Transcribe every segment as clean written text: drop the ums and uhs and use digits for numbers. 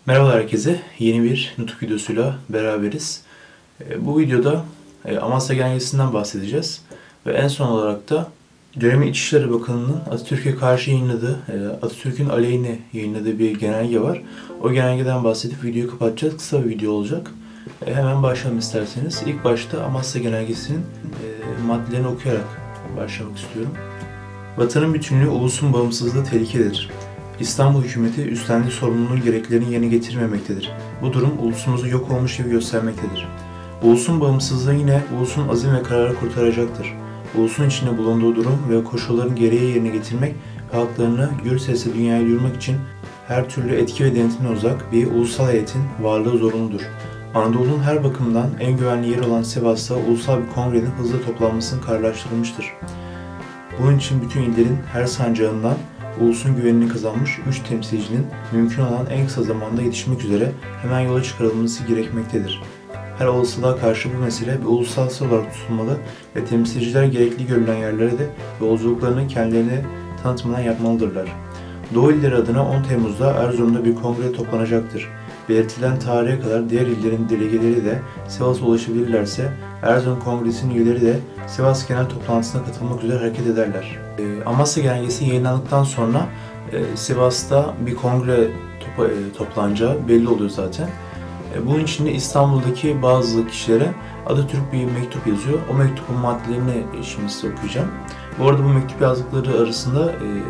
Merhaba herkese. Yeni bir nutuk videosuyla beraberiz. Bu videoda Amasya Genelgesi'nden bahsedeceğiz. Ve en son olarak da dönemin İçişleri Bakanı'nın Atatürk'e karşı yayınladığı, Atatürk'ün aleyhine yayınladığı bir genelge var. O genelgeden bahsedip videoyu kapatacağız. Kısa bir video olacak. Hemen başlayalım isterseniz. İlk başta Amasya Genelgesi'nin maddelerini okuyarak başlamak istiyorum. Vatanın bütünlüğü, ulusun bağımsızlığı tehlikededir. İstanbul hükümeti üstlendiği sorumluluğun gereklerini yerine getirmemektedir. Bu durum ulusumuzu yok olmuş gibi göstermektedir. Ulusun bağımsızlığı yine ulusun azim ve kararı kurtaracaktır. Ulusun içinde bulunduğu durum ve koşulların gereği yerine getirmek ve haklarını gür sesle dünyaya duyurmak için her türlü etki ve denetimden uzak bir ulusal heyetin varlığı zorunludur. Anadolu'nun her bakımdan en güvenli yeri olan Sivas'ta ulusal bir kongrenin hızla toplanmasını kararlaştırılmıştır. Bunun için bütün illerin her sancağından ulusun güvenini kazanmış 3 temsilcinin mümkün olan en kısa zamanda yetişmek üzere hemen yola çıkarılması gerekmektedir. Her olasılığa karşı bu mesele bir ulusalsı olarak tutulmalı ve temsilciler gerekli görülen yerlere de yolculuklarını kendilerine tanıtmadan yapmalıdırlar. Doğu illeri adına 10 Temmuz'da Erzurum'da bir kongre toplanacaktır. Belirtilen tarihe kadar diğer illerin delegeleri de Sivas'a ulaşabilirlerse Erzurum Kongresi'nin üyeleri de Sivas Genel Toplantısına katılmak üzere hareket ederler. Amasya Genelgesi yayınlandıktan sonra Sivas'ta bir kongre toplanacağı belli oluyor zaten. Bunun için de İstanbul'daki bazı kişilere Atatürk bir mektup yazıyor. O mektubun maddelerini şimdi size okuyacağım. Bu arada bu mektup yazdıkları arasında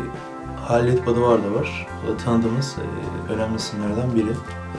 Halit Badıvar da var. O da tanıdığımız önemli isimlerden biri.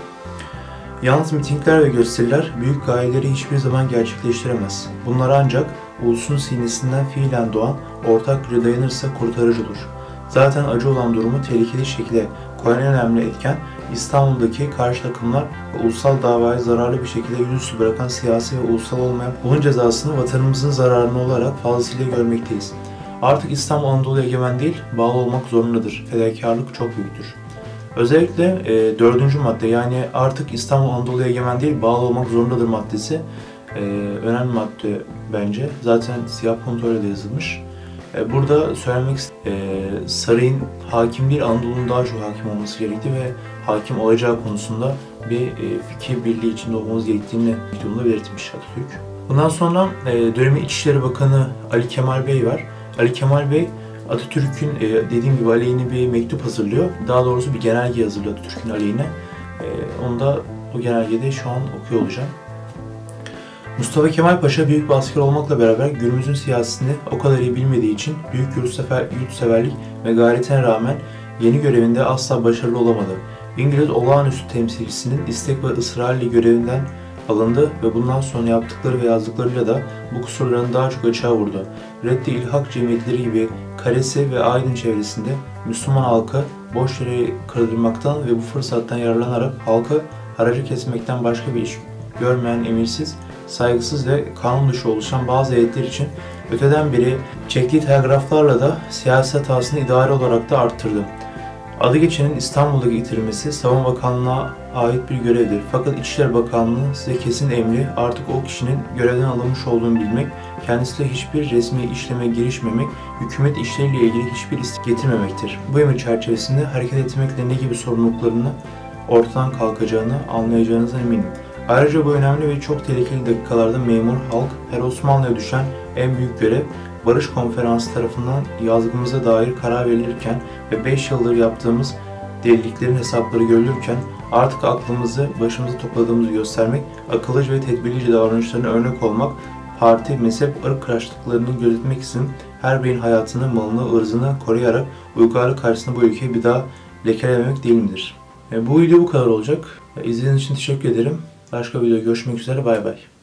Yalnız mitingler ve gösteriler büyük gayeleri hiçbir zaman gerçekleştiremez. Bunlar ancak ulusun sinesinden fiilen doğan ortak güce dayanırsa kurtarıcı olur. Zaten acı olan durumu tehlikeli şekilde koyan en önemli etken İstanbul'daki karşı takımlar ve ulusal davayı zararlı bir şekilde yüzüstü bırakan siyasi ve ulusal olmayan bunun cezasını vatanımızın zararına olarak fazlasıyla görmekteyiz. Artık İstanbul Anadolu egemen değil, bağlı olmak zorundadır. Fedakarlık çok büyüktür. Özellikle 4. madde, yani artık İstanbul Anadolu egemen değil, bağlı olmak zorundadır maddesi önemli madde bence. Zaten siyah puntoyla da yazılmış. Burada söylemek sarayın hakim değil, Anadolu'nun daha çok hakim olması gerektiği ve hakim olacağı konusunda bir fikir birliği içinde olmamız gerektiğini mektubunda belirtmiş Atatürk. Bundan sonra dönemin İçişleri Bakanı Ali Kemal Bey var. Ali Kemal Bey Atatürk'ün dediğim gibi aleyhine bir mektup hazırlıyor. Daha doğrusu bir genelge hazırlıyor Atatürk'ün aleyhine. Onu da o genelgede şu an okuyor olacağım. Mustafa Kemal Paşa büyük bir asker olmakla beraber günümüzün siyasetini o kadar iyi bilmediği için büyük yurtseverlik ve gayretine rağmen yeni görevinde asla başarılı olamadı. İngiliz olağanüstü temsilcisinin istek ve ısrarıyla görevinden alındı ve bundan sonra yaptıkları ve yazdıklarıyla da bu kusurlarını daha çok açığa vurdu. Reddi İlhak cemiyetleri gibi Kalesi ve Aydın çevresinde Müslüman halkı boş yere kırdırmaktan ve bu fırsattan yararlanarak halkı haracı kesmekten başka bir iş görmeyen emirsiz, saygısız ve kanun dışı oluşan bazı heyetler için öteden beri çektiği telgraflarla da siyaset hatasını idari olarak da arttırdı. Adı geçenin İstanbul'da getirilmesi Savunma Bakanlığı'na ait bir görevdir. Fakat İçişleri Bakanlığı size kesin emri artık o kişinin görevden alınmış olduğunu bilmek, kendisiyle hiçbir resmi işleme girişmemek, hükümet işleriyle ilgili hiçbir istek getirmemektir. Bu emir çerçevesinde hareket etmekle ne gibi sorumluluklarını ortadan kalkacağını anlayacağınızdan eminim. Ayrıca bu önemli ve çok tehlikeli dakikalarda memur halk, her Osmanlı'ya düşen en büyük görev, Barış Konferansı tarafından yazgımıza dair karar verilirken ve 5 yıldır yaptığımız deliliklerin hesapları görülürken artık aklımızı başımıza topladığımızı göstermek, akıllıca ve tedbirlice davranışlarına örnek olmak, parti, mezhep, ırk karşıtlıklarını gözetmek için her bireyin hayatını, malını, ırzını koruyarak uygarlık karşısında bu ülkeyi bir daha lekelememek değil midir? Bu video bu kadar olacak. İzlediğiniz için teşekkür ederim. Başka videoda görüşmek üzere. Bay bay.